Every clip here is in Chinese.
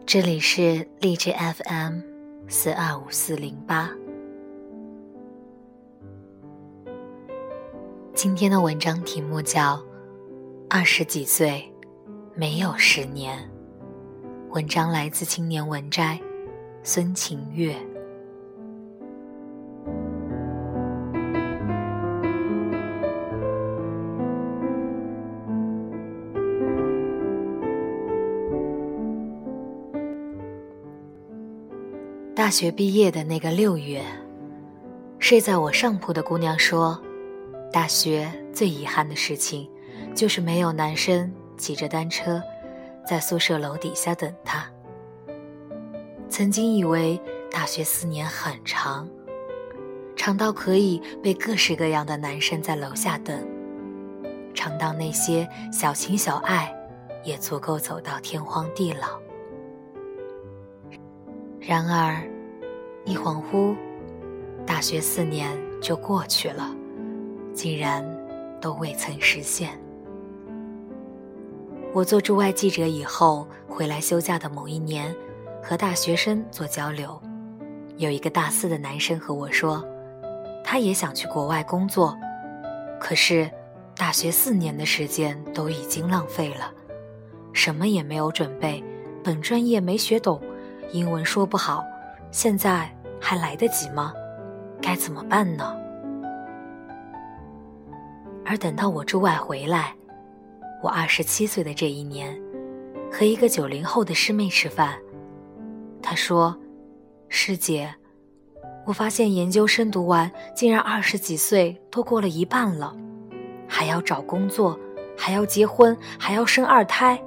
这里是荔枝 FM425408。今天的文章题目叫20几岁没有10年，文章来自青年文摘，孙晴月。大学毕业的那个6月，睡在我上铺的姑娘说，大学最遗憾的事情就是没有男生骑着单车在宿舍楼底下等她。曾经以为大学4年很长，长到可以被各式各样的男生在楼下等，长到那些小情小爱也足够走到天荒地老。然而一恍惚，大学4年就过去了，竟然都未曾实现。我做驻外记者以后，回来休假的某一年，和大学生做交流，有一个大4的男生和我说，他也想去国外工作，可是大学4年的时间都已经浪费了，什么也没有准备，本专业没学懂，英文说不好，现在还来得及吗？该怎么办呢？而等到我驻外回来，我27岁的这一年，和一个90后的师妹吃饭，她说，师姐，我发现研究生读完竟然20几岁都过了一半了，还要找工作，还要结婚，还要生2胎。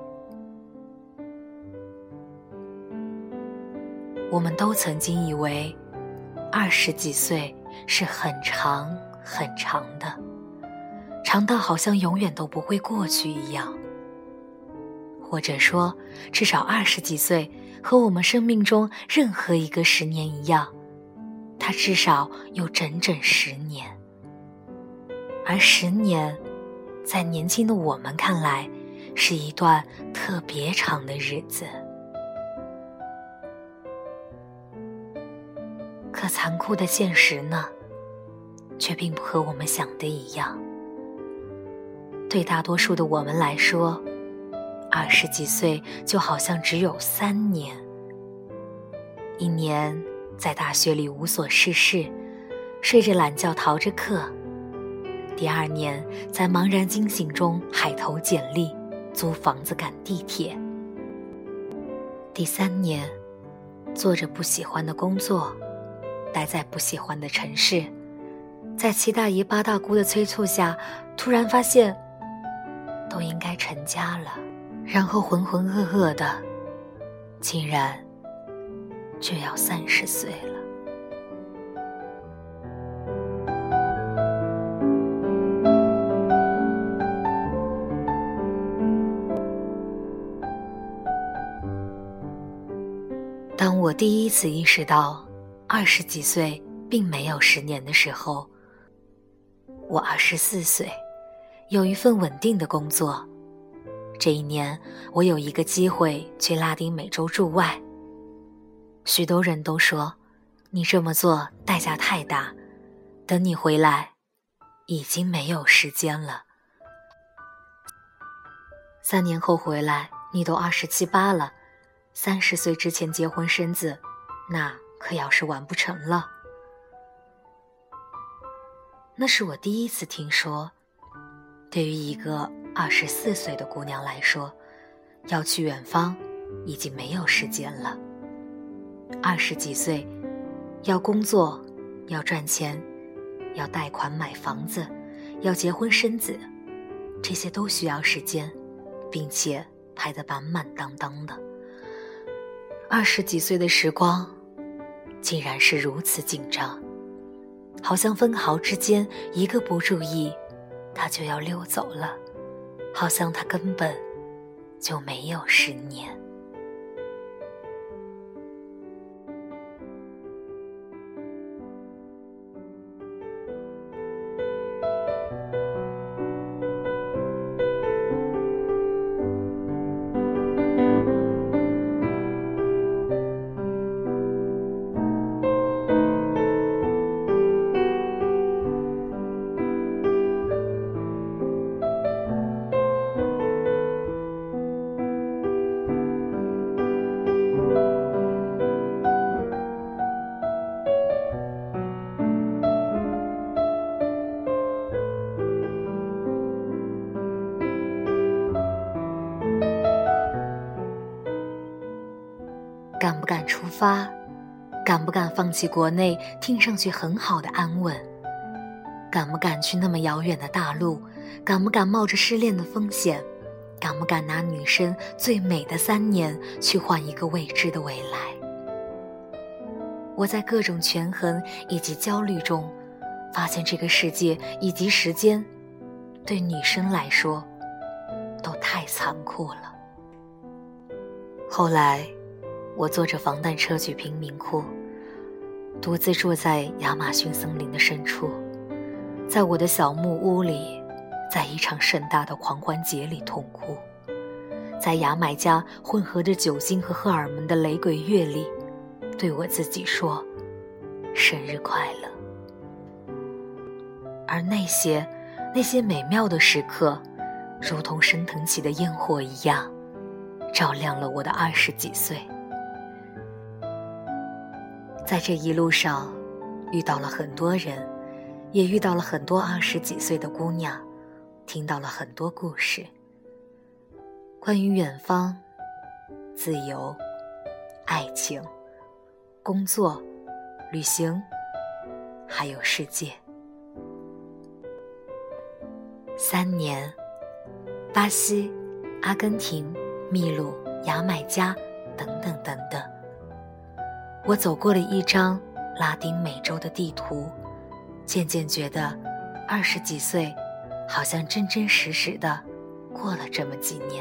我们都曾经以为20几岁是很长很长的，长到好像永远都不会过去一样，或者说至少20几岁和我们生命中任何一个10年一样，它至少有整整10年。而10年在年轻的我们看来是一段特别长的日子。可残酷的现实呢，却并不和我们想的一样。对大多数的我们来说，20几岁就好像只有3年。1年在大学里无所事事，睡着懒觉逃着课；第2年在茫然惊醒中海投简历，租房子赶地铁；第3年做着不喜欢的工作，待在不喜欢的城市，在七大姨八大姑的催促下，突然发现都应该成家了，然后浑浑噩噩的，竟然就要30岁了。当我第一次意识到20几岁并没有10年的时候，我24岁，有一份稳定的工作。这一年，我有一个机会去拉丁美洲驻外。许多人都说，你这么做代价太大，等你回来，已经没有时间了。3年后回来，你都27、8了，30岁之前结婚生子，那可要是完不成了。那是我第一次听说，对于一个24岁的姑娘来说，要去远方已经没有时间了。20几岁，要工作，要赚钱，要贷款买房子，要结婚生子，这些都需要时间，并且排得满满当当的。20几岁的时光竟然是如此紧张，好像分毫之间一个不注意，它就要溜走了，好像它根本就没有10年。 敢不敢出发？敢不敢放弃国内听上去很好的安稳？敢不敢去那么遥远的大陆？敢不敢冒着失恋的风险？敢不敢拿女生最美的3年去换一个未知的未来？我在各种权衡以及焦虑中，发现这个世界以及时间，对女生来说，都太残酷了。后来，我坐着防弹车去贫民窟，独自住在亚马逊森林的深处，在我的小木屋里，在一场盛大的狂欢节里痛哭，在牙买加混合着酒精和荷尔蒙的雷鬼乐里，对我自己说生日快乐。而那些美妙的时刻，如同升腾起的焰火一样，照亮了我的20几岁。在这一路上遇到了很多人，也遇到了很多20几岁的姑娘，听到了很多故事，关于远方、自由、爱情、工作、旅行，还有世界。3年，巴西、阿根廷、秘鲁、牙买加等等等等，我走过了一张拉丁美洲的地图，渐渐觉得20几岁好像真真实实的过了这么几年。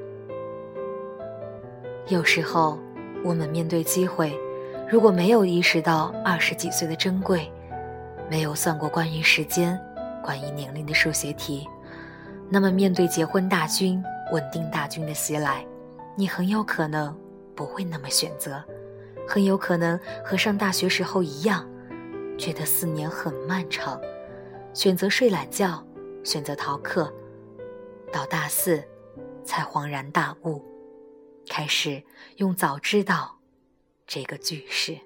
有时候我们面对机会，如果没有意识到20几岁的珍贵，没有算过关于时间、关于年龄的数学题，那么面对结婚大军、稳定大军的袭来，你很有可能不会那么选择，很有可能和上大学时候一样，觉得4年很漫长，选择睡懒觉，选择逃课，到大4才恍然大悟，开始用早知道这个句式。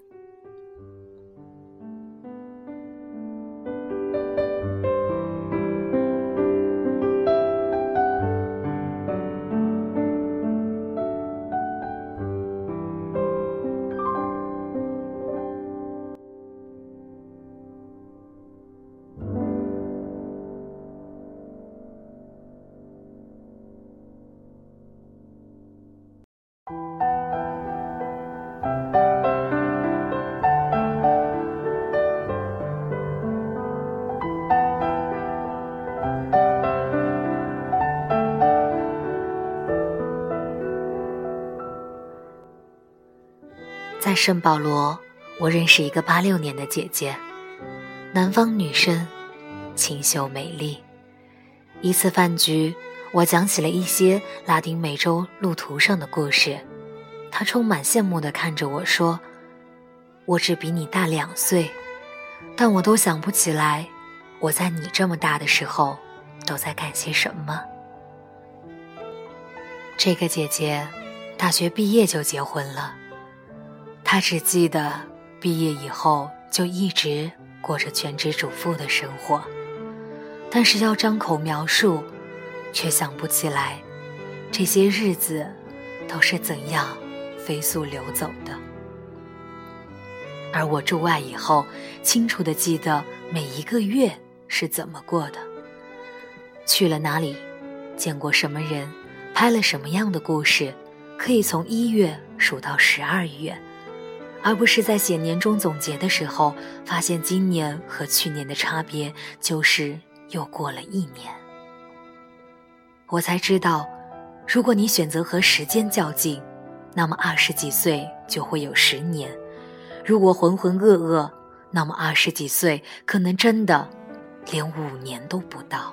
在圣保罗，我认识一个86年的姐姐，南方女生，清秀美丽。一次饭局，我讲起了一些拉丁美洲路途上的故事，她充满羡慕地看着我说，我只比你大2岁，但我都想不起来我在你这么大的时候都在干些什么。这个姐姐大学毕业就结婚了，她只记得毕业以后就一直过着全职主妇的生活，但是要张口描述，却想不起来这些日子都是怎样飞速流走的。而我驻外以后，清楚地记得每一个月是怎么过的，去了哪里，见过什么人，拍了什么样的故事，可以从1月数到12月，而不是在写年终总结的时候，发现今年和去年的差别就是又过了1年。我才知道，如果你选择和时间较劲，那么20几岁就会有10年；如果浑浑噩噩，那么20几岁可能真的连5年都不到。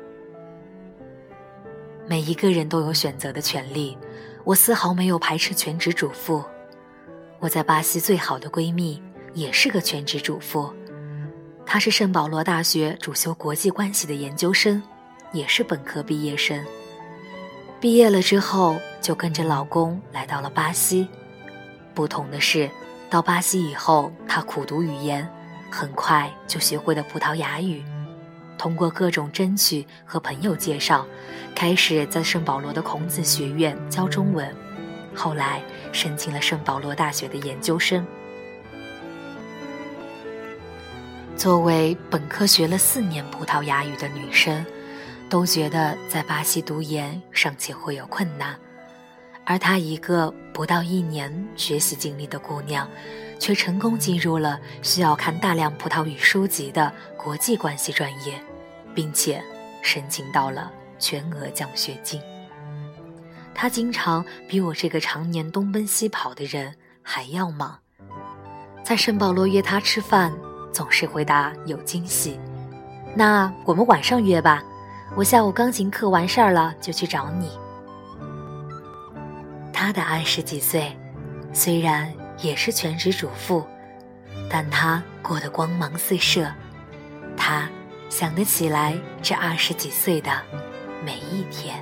每一个人都有选择的权利，我丝毫没有排斥全职主妇。我在巴西最好的闺蜜也是个全职主妇，她是圣保罗大学主修国际关系的研究生，也是本科毕业生。毕业了之后就跟着老公来到了巴西，不同的是，到巴西以后她苦读语言，很快就学会了葡萄牙语，通过各种争取和朋友介绍，开始在圣保罗的孔子学院教中文， 后来申请了圣保罗大学的研究生。作为本科学了4年葡萄牙语的女生，都觉得在巴西读研尚且会有困难，而她一个不到1年学习经历的姑娘，却成功进入了需要看大量葡萄语书籍的国际关系专业，并且申请到了全额奖学金。她经常比我这个常年东奔西跑的人还要忙，在圣保罗约她吃饭，总是回答有惊喜，那我们晚上约吧，我下午钢琴课完事儿了就去找你。她的20几岁，虽然也是全职主妇，但她过得光芒四射，她想得起来这20几岁的每一天。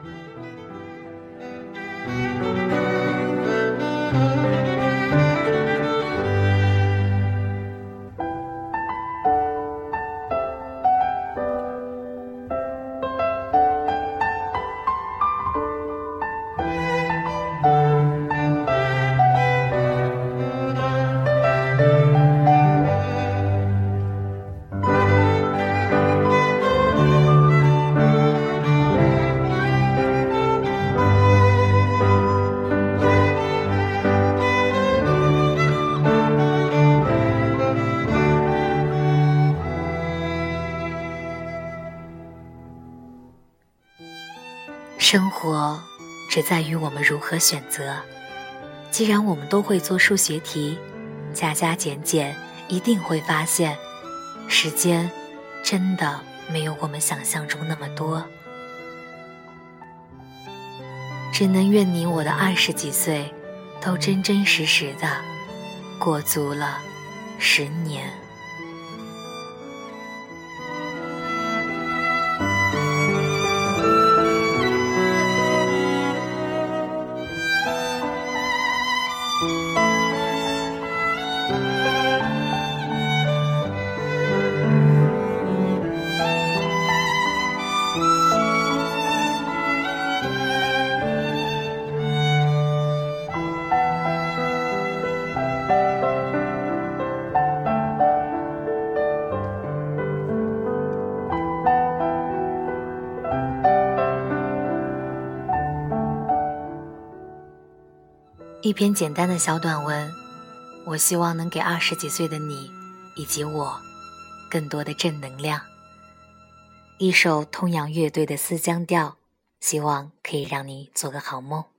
生活只在于我们如何选择。既然我们都会做数学题，加加减减，一定会发现，时间真的没有我们想象中那么多。只能愿你我的20几岁，都真真实实的过足了10年。一篇简单的小短文，我希望能给20几岁的你以及我更多的正能量。一首痛仰乐队的思乡调，希望可以让你做个好梦。